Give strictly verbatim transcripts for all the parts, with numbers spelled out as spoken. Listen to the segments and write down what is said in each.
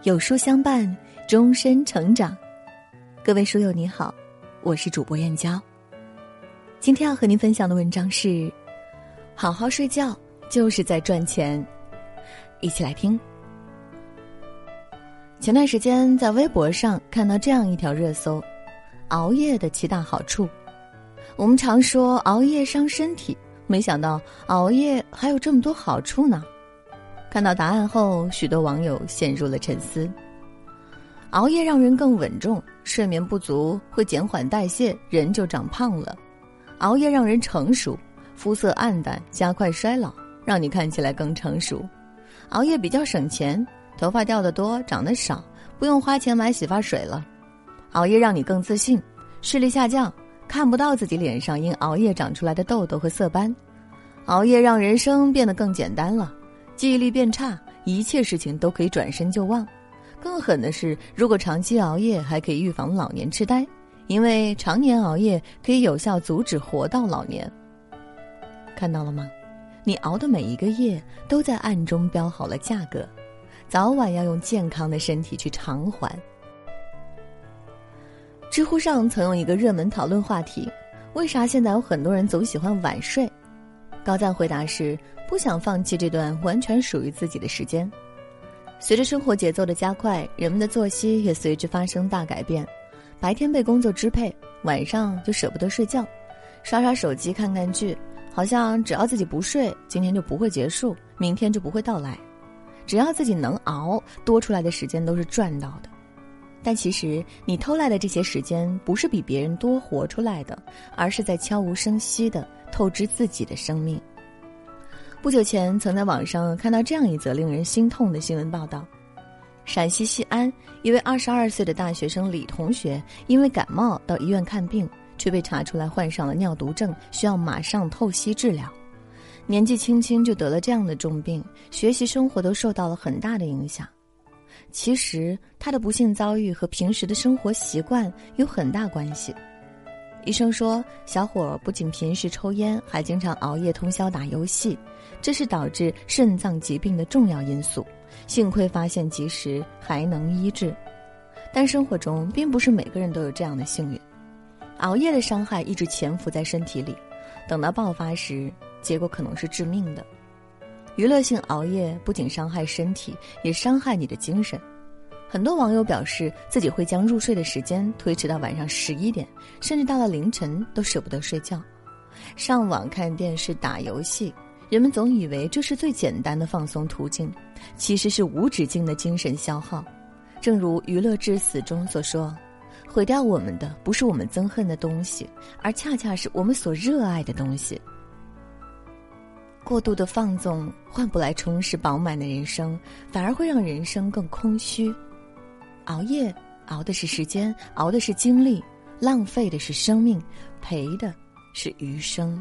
有书相伴，终身成长。各位书友你好，我是主播燕娇。今天要和您分享的文章是好好睡觉就是在赚钱，一起来听。前段时间在微博上看到这样一条热搜，熬夜的七大好处。我们常说熬夜伤身体，没想到熬夜还有这么多好处呢。看到答案后，许多网友陷入了沉思。熬夜让人更稳重，睡眠不足会减缓代谢，人就长胖了。熬夜让人成熟，肤色暗淡，加快衰老，让你看起来更成熟。熬夜比较省钱，头发掉得多，长得少，不用花钱买洗发水了。熬夜让你更自信，视力下降，看不到自己脸上因熬夜长出来的痘痘和色斑。熬夜让人生变得更简单了，记忆力变差，一切事情都可以转身就忘。更狠的是，如果长期熬夜还可以预防老年痴呆，因为常年熬夜可以有效阻止活到老年。看到了吗？你熬的每一个夜都在暗中标好了价格，早晚要用健康的身体去偿还。知乎上曾用一个热门讨论话题，为啥现在有很多人总喜欢晚睡？高赞回答是，不想放弃这段完全属于自己的时间。随着生活节奏的加快，人们的作息也随之发生大改变。白天被工作支配，晚上就舍不得睡觉，刷刷手机看看剧，好像只要自己不睡，今天就不会结束，明天就不会到来。只要自己能熬，多出来的时间都是赚到的。但其实你偷来的这些时间不是比别人多活出来的，而是在悄无声息地透支自己的生命。不久前曾在网上看到这样一则令人心痛的新闻报道，陕西西安一位二十二岁的大学生李同学因为感冒到医院看病，却被查出来患上了尿毒症，需要马上透析治疗。年纪轻轻就得了这样的重病，学习生活都受到了很大的影响。其实他的不幸遭遇和平时的生活习惯有很大关系。医生说，小伙不仅平时抽烟，还经常熬夜通宵打游戏，这是导致肾脏疾病的重要因素，幸亏发现及时，还能医治。但生活中并不是每个人都有这样的幸运，熬夜的伤害一直潜伏在身体里，等到爆发时，结果可能是致命的。娱乐性熬夜不仅伤害身体，也伤害你的精神。很多网友表示，自己会将入睡的时间推迟到晚上十一点，甚至到了凌晨都舍不得睡觉。上网看电视打游戏，人们总以为这是最简单的放松途径，其实是无止境的精神消耗。正如《娱乐至死》中所说，毁掉我们的不是我们憎恨的东西，而恰恰是我们所热爱的东西。过度的放纵换不来充实饱满的人生，反而会让人生更空虚。熬夜熬的是时间，熬的是精力，浪费的是生命，赔的是余生。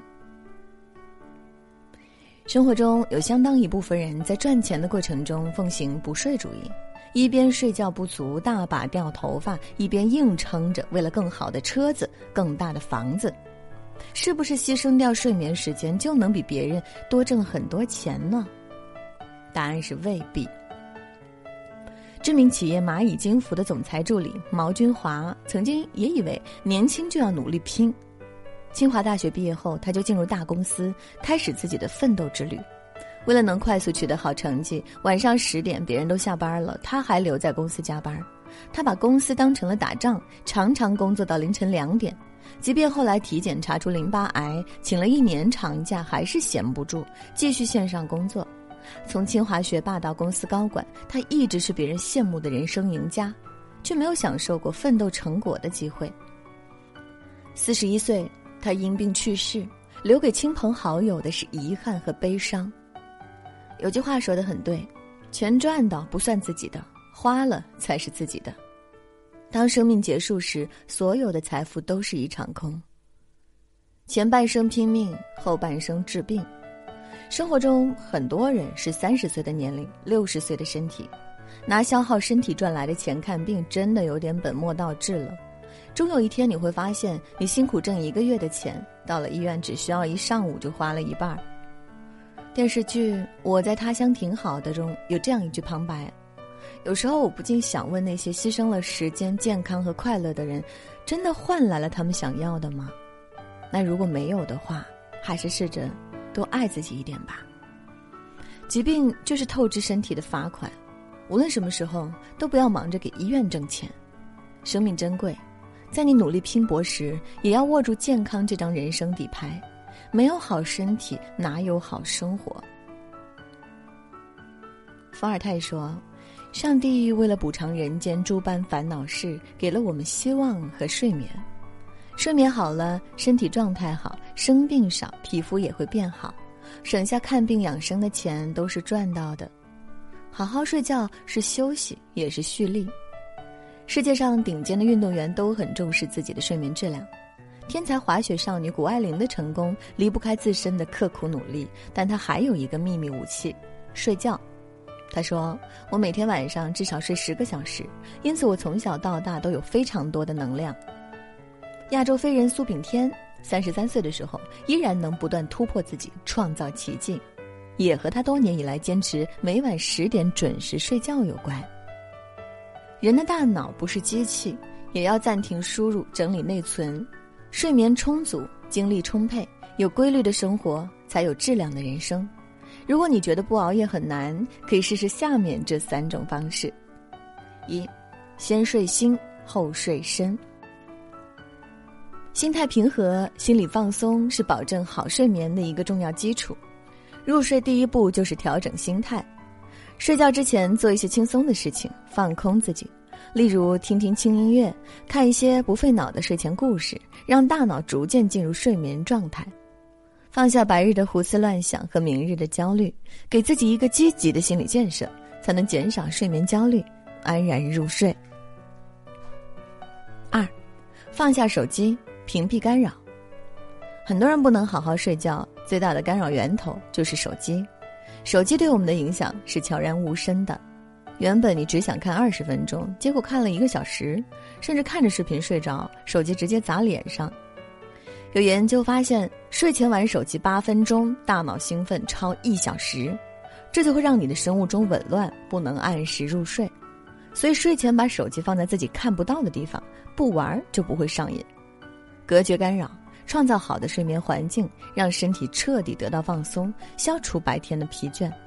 生活中有相当一部分人在赚钱的过程中奉行不睡主义，一边睡觉不足大把掉头发，一边硬撑着为了更好的车子，更大的房子。是不是牺牲掉睡眠时间就能比别人多挣很多钱呢？答案是未必。知名企业蚂蚁金服的总裁助理毛军华曾经也以为年轻就要努力拼。清华大学毕业后，他就进入大公司，开始自己的奋斗之旅。为了能快速取得好成绩，晚上十点别人都下班了，他还留在公司加班。他把公司当成了打仗，常常工作到凌晨两点。即便后来体检查出淋巴癌，请了一年长假，还是闲不住，继续线上工作。从清华学霸到公司高管，他一直是别人羡慕的人生赢家，却没有享受过奋斗成果的机会。四十一岁，他因病去世，留给亲朋好友的是遗憾和悲伤。有句话说得很对，钱赚到不算自己的，花了才是自己的。当生命结束时，所有的财富都是一场空。前半生拼命，后半生治病。生活中很多人是三十岁的年龄，六十岁的身体，拿消耗身体赚来的钱看病，真的有点本末倒置了。终有一天你会发现，你辛苦挣一个月的钱，到了医院只需要一上午就花了一半。电视剧《我在他乡挺好的》中有这样一句旁白： 有时候我不禁想问，那些牺牲了时间、健康和快乐的人，真的换来了他们想要的吗？那如果没有的话，还是试着多爱自己一点吧。疾病就是透支身体的罚款，无论什么时候都不要忙着给医院挣钱。生命珍贵，在你努力拼搏时，也要握住健康这张人生底牌。没有好身体，哪有好生活？伏尔泰说，上帝为了补偿人间诸般烦恼事，给了我们希望和睡眠。睡眠好了，身体状态好，生病少，皮肤也会变好，省下看病养生的钱都是赚到的。好好睡觉是休息，也是蓄力。世界上顶尖的运动员都很重视自己的睡眠质量。天才滑雪少女谷爱凌的成功离不开自身的刻苦努力，但她还有一个秘密武器：睡觉。她说，我每天晚上至少睡十个小时，因此我从小到大都有非常多的能量。亚洲飞人苏炳添三十三岁的时候依然能不断突破自己，创造奇迹，也和他多年以来坚持每晚十点准时睡觉有关。人的大脑不是机器，也要暂停输入，整理内存。睡眠充足，精力充沛，有规律的生活，才有质量的人生。如果你觉得不熬夜很难，可以试试下面这三种方式。一，先睡心，后睡身。心态平和，心理放松是保证好睡眠的一个重要基础。入睡第一步就是调整心态。睡觉之前做一些轻松的事情，放空自己，例如听听轻音乐，看一些不费脑的睡前故事，让大脑逐渐进入睡眠状态。放下白日的胡思乱想和明日的焦虑，给自己一个积极的心理建设，才能减少睡眠焦虑，安然入睡。二，放下手机，屏蔽干扰。很多人不能好好睡觉，最大的干扰源头就是手机。手机对我们的影响是悄然无声的，原本你只想看二十分钟，结果看了一个小时，甚至看着视频睡着，手机直接砸脸上。有研究发现，睡前玩手机八分钟，大脑兴奋超一小时，这就会让你的生物钟紊乱，不能按时入睡。所以睡前把手机放在自己看不到的地方，不玩就不会上瘾。隔绝干扰，创造好的睡眠环境，让身体彻底得到放松，消除白天的疲倦。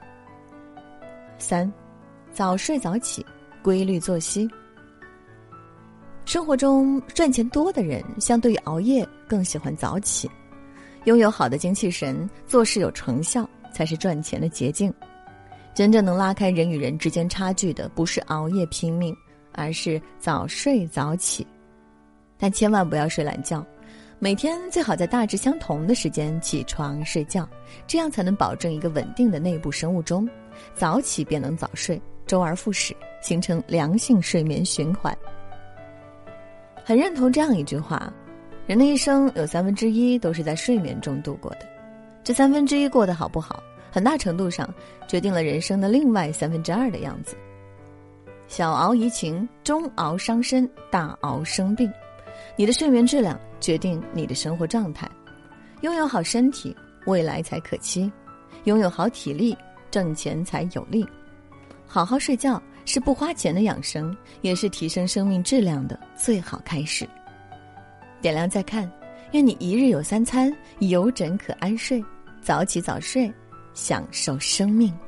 三，早睡早起，规律作息。生活中赚钱多的人，相对于熬夜更喜欢早起。拥有好的精气神，做事有成效，才是赚钱的捷径。真正能拉开人与人之间差距的，不是熬夜拼命，而是早睡早起。但千万不要睡懒觉，每天最好在大致相同的时间起床睡觉，这样才能保证一个稳定的内部生物钟。早起便能早睡，周而复始，形成良性睡眠循环。很认同这样一句话，人的一生有三分之一都是在睡眠中度过的，这三分之一过得好不好，很大程度上决定了人生的另外三分之二的样子。小熬怡情，中熬伤身，大熬生病。你的睡眠质量决定你的生活状态。拥有好身体，未来才可期；拥有好体力，挣钱才有力。好好睡觉是不花钱的养生，也是提升生命质量的最好开始。点亮再看，愿你一日有三餐，有枕可安睡，早起早睡，享受生命。